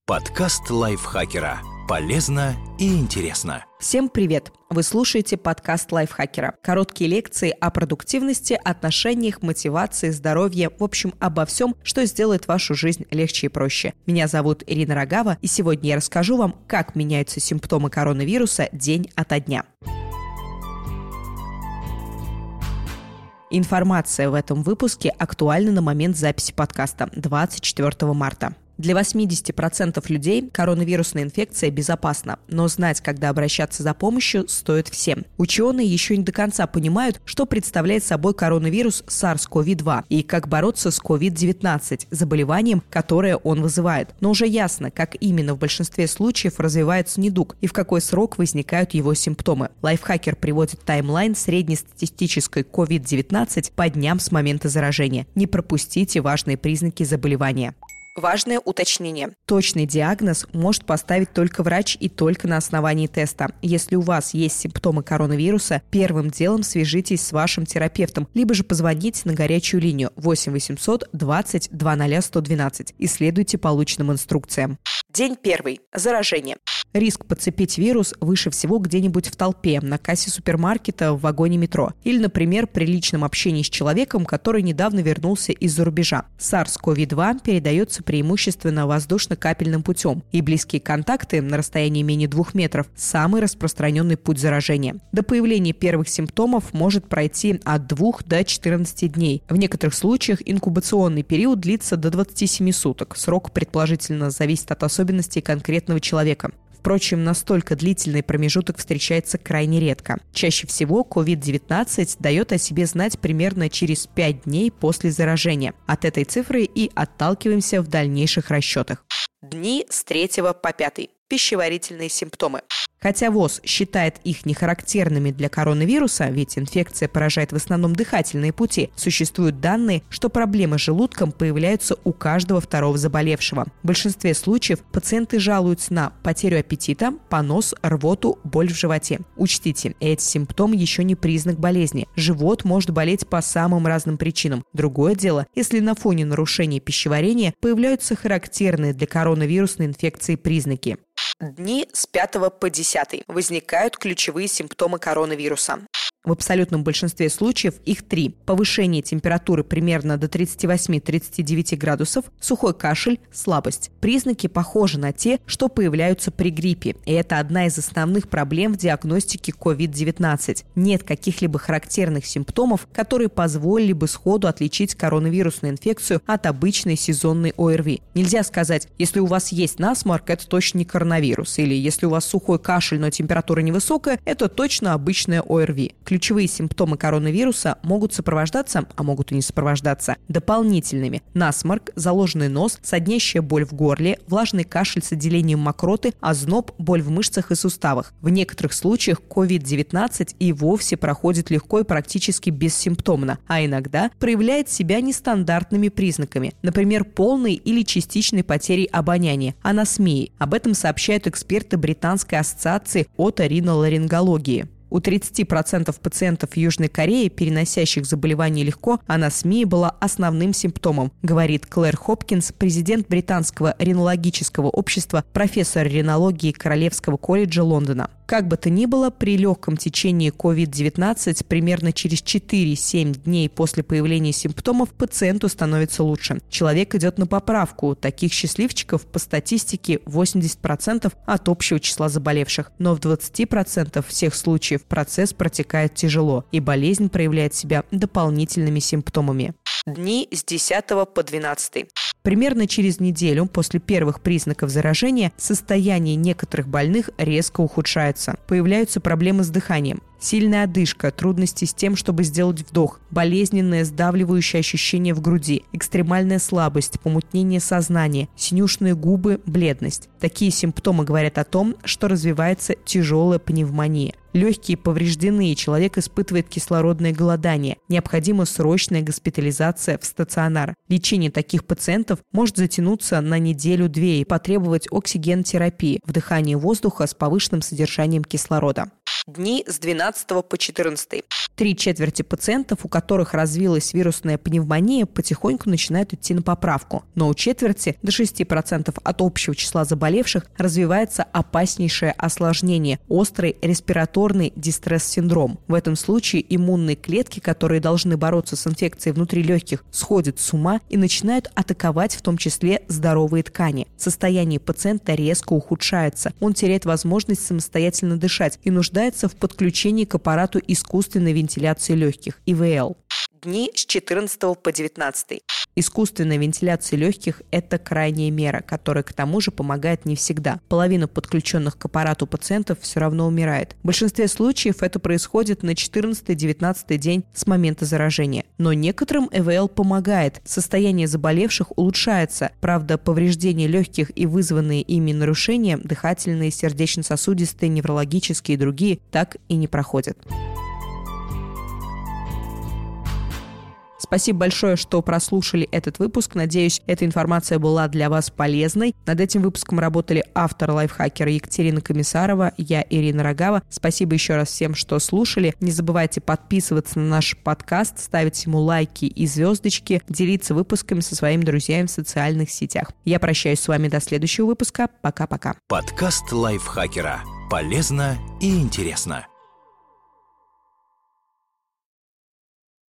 Подкаст лайфхакера. Полезно и интересно. Всем привет! Вы слушаете подкаст лайфхакера. Короткие лекции о продуктивности, отношениях, мотивации, здоровье, в общем, обо всем, что сделает вашу жизнь легче и проще. Меня зовут Ирина Рогава, и сегодня я расскажу вам, как меняются симптомы коронавируса день ото дня. Информация в этом выпуске актуальна на момент записи подкаста 24 марта. Для 80% людей коронавирусная инфекция безопасна, но знать, когда обращаться за помощью, стоит всем. Ученые еще не до конца понимают, что представляет собой коронавирус SARS-CoV-2 и как бороться с COVID-19, заболеванием, которое он вызывает. Но уже ясно, как именно в большинстве случаев развивается недуг и в какой срок возникают его симптомы. Лайфхакер приводит таймлайн среднестатистической COVID-19 по дням с момента заражения. Не пропустите важные признаки заболевания. Важное уточнение. Точный диагноз может поставить только врач и только на основании теста. Если у вас есть симптомы коронавируса, первым делом свяжитесь с вашим терапевтом, либо же позвоните на горячую линию 8 800 20 00 112 и следуйте полученным инструкциям. День первый. Заражение. Риск подцепить вирус выше всего где-нибудь в толпе, на кассе супермаркета, в вагоне метро. Или, например, при личном общении с человеком, который недавно вернулся из-за рубежа. SARS-CoV-2 передается преимущественно воздушно-капельным путем, и близкие контакты на расстоянии менее 2 метров – самый распространенный путь заражения. До появления первых симптомов может пройти от 2 до 14 дней. В некоторых случаях инкубационный период длится до 27 суток. Срок предположительно зависит от особенностей конкретного человека. Впрочем, настолько длительный промежуток встречается крайне редко. Чаще всего COVID-19 дает о себе знать примерно через 5 дней после заражения. От этой цифры и отталкиваемся в дальнейших расчетах. Дни с 3 по 5. Пищеварительные симптомы. Хотя ВОЗ считает их нехарактерными для коронавируса, ведь инфекция поражает в основном дыхательные пути, существуют данные, что проблемы с желудком появляются у каждого второго заболевшего. В большинстве случаев пациенты жалуются на потерю аппетита, понос, рвоту, боль в животе. Учтите, эти симптомы еще не признак болезни. Живот может болеть по самым разным причинам. Другое дело, если на фоне нарушения пищеварения появляются характерные для коронавирусной инфекции признаки. Дни с 5 по 10. Возникают ключевые симптомы коронавируса. В абсолютном большинстве случаев их 3. Повышение температуры примерно до 38-39 градусов, сухой кашель, слабость. Признаки похожи на те, что появляются при гриппе, и это одна из основных проблем в диагностике COVID-19. Нет каких-либо характерных симптомов, которые позволили бы сходу отличить коронавирусную инфекцию от обычной сезонной ОРВИ. Нельзя сказать, если у вас есть насморк, это точно не коронавирус, или если у вас сухой кашель, но температура невысокая, это точно обычная ОРВИ. Ключевые симптомы коронавируса могут сопровождаться, а могут и не сопровождаться, дополнительными. Насморк, заложенный нос, соднящая боль в горле, влажный кашель с отделением мокроты, озноб, боль в мышцах и суставах. В некоторых случаях COVID-19 и вовсе проходит легко и практически бессимптомно, а иногда проявляет себя нестандартными признаками, например, полной или частичной потерей обоняния, аносмией. Об этом сообщают эксперты Британской ассоциации оториноларингологии. У 30% пациентов в Южной Корее, переносящих заболевание легко, аносмия была основным симптомом, говорит Клэр Хопкинс, президент Британского ринологического общества, профессор ринологии Королевского колледжа Лондона. Как бы то ни было, при легком течении COVID-19 примерно через 4-7 дней после появления симптомов пациенту становится лучше. Человек идет на поправку. Таких счастливчиков по статистике 80% от общего числа заболевших. Но в 20% всех случаев процесс протекает тяжело, и болезнь проявляет себя дополнительными симптомами. Дни с 10 по 12. Примерно через неделю после первых признаков заражения состояние некоторых больных резко ухудшается. Появляются проблемы с дыханием. Сильная одышка, трудности с тем, чтобы сделать вдох, болезненное сдавливающее ощущение в груди, экстремальная слабость, помутнение сознания, синюшные губы, бледность. Такие симптомы говорят о том, что развивается тяжелая пневмония. Легкие повреждены, и человек испытывает кислородное голодание. Необходима срочная госпитализация в стационар. Лечение таких пациентов может затянуться на неделю-две и потребовать оксигенотерапии, вдыхания воздуха с повышенным содержанием кислорода. Дни с 12 по 14. 3/4 пациентов, у которых развилась вирусная пневмония, потихоньку начинают идти на поправку. Но у четверти, до 6% от общего числа заболевших, развивается опаснейшее осложнение – острый респираторный дистресс-синдром. В этом случае иммунные клетки, которые должны бороться с инфекцией внутри легких, сходят с ума и начинают атаковать в том числе здоровые ткани. Состояние пациента резко ухудшается. Он теряет возможность самостоятельно дышать и нуждается в подключении к аппарату искусственной вентиляции легких – ИВЛ. Дни с 14 по 19. Искусственная вентиляция легких – это крайняя мера, которая к тому же помогает не всегда. Половина подключенных к аппарату пациентов все равно умирает. В большинстве случаев это происходит на 14-19 день с момента заражения. Но некоторым ИВЛ помогает. Состояние заболевших улучшается. Правда, повреждения легких и вызванные ими нарушения – дыхательные, сердечно-сосудистые, неврологические и другие – так и не проходят. Спасибо большое, что прослушали этот выпуск. Надеюсь, эта информация была для вас полезной. Над этим выпуском работали автор лайфхакера Екатерина Комиссарова, я Ирина Рогава. Спасибо еще раз всем, что слушали. Не забывайте подписываться на наш подкаст, ставить ему лайки и звездочки, делиться выпусками со своими друзьями в социальных сетях. Я прощаюсь с вами до следующего выпуска. Пока-пока. Подкаст лайфхакера. Полезно и интересно.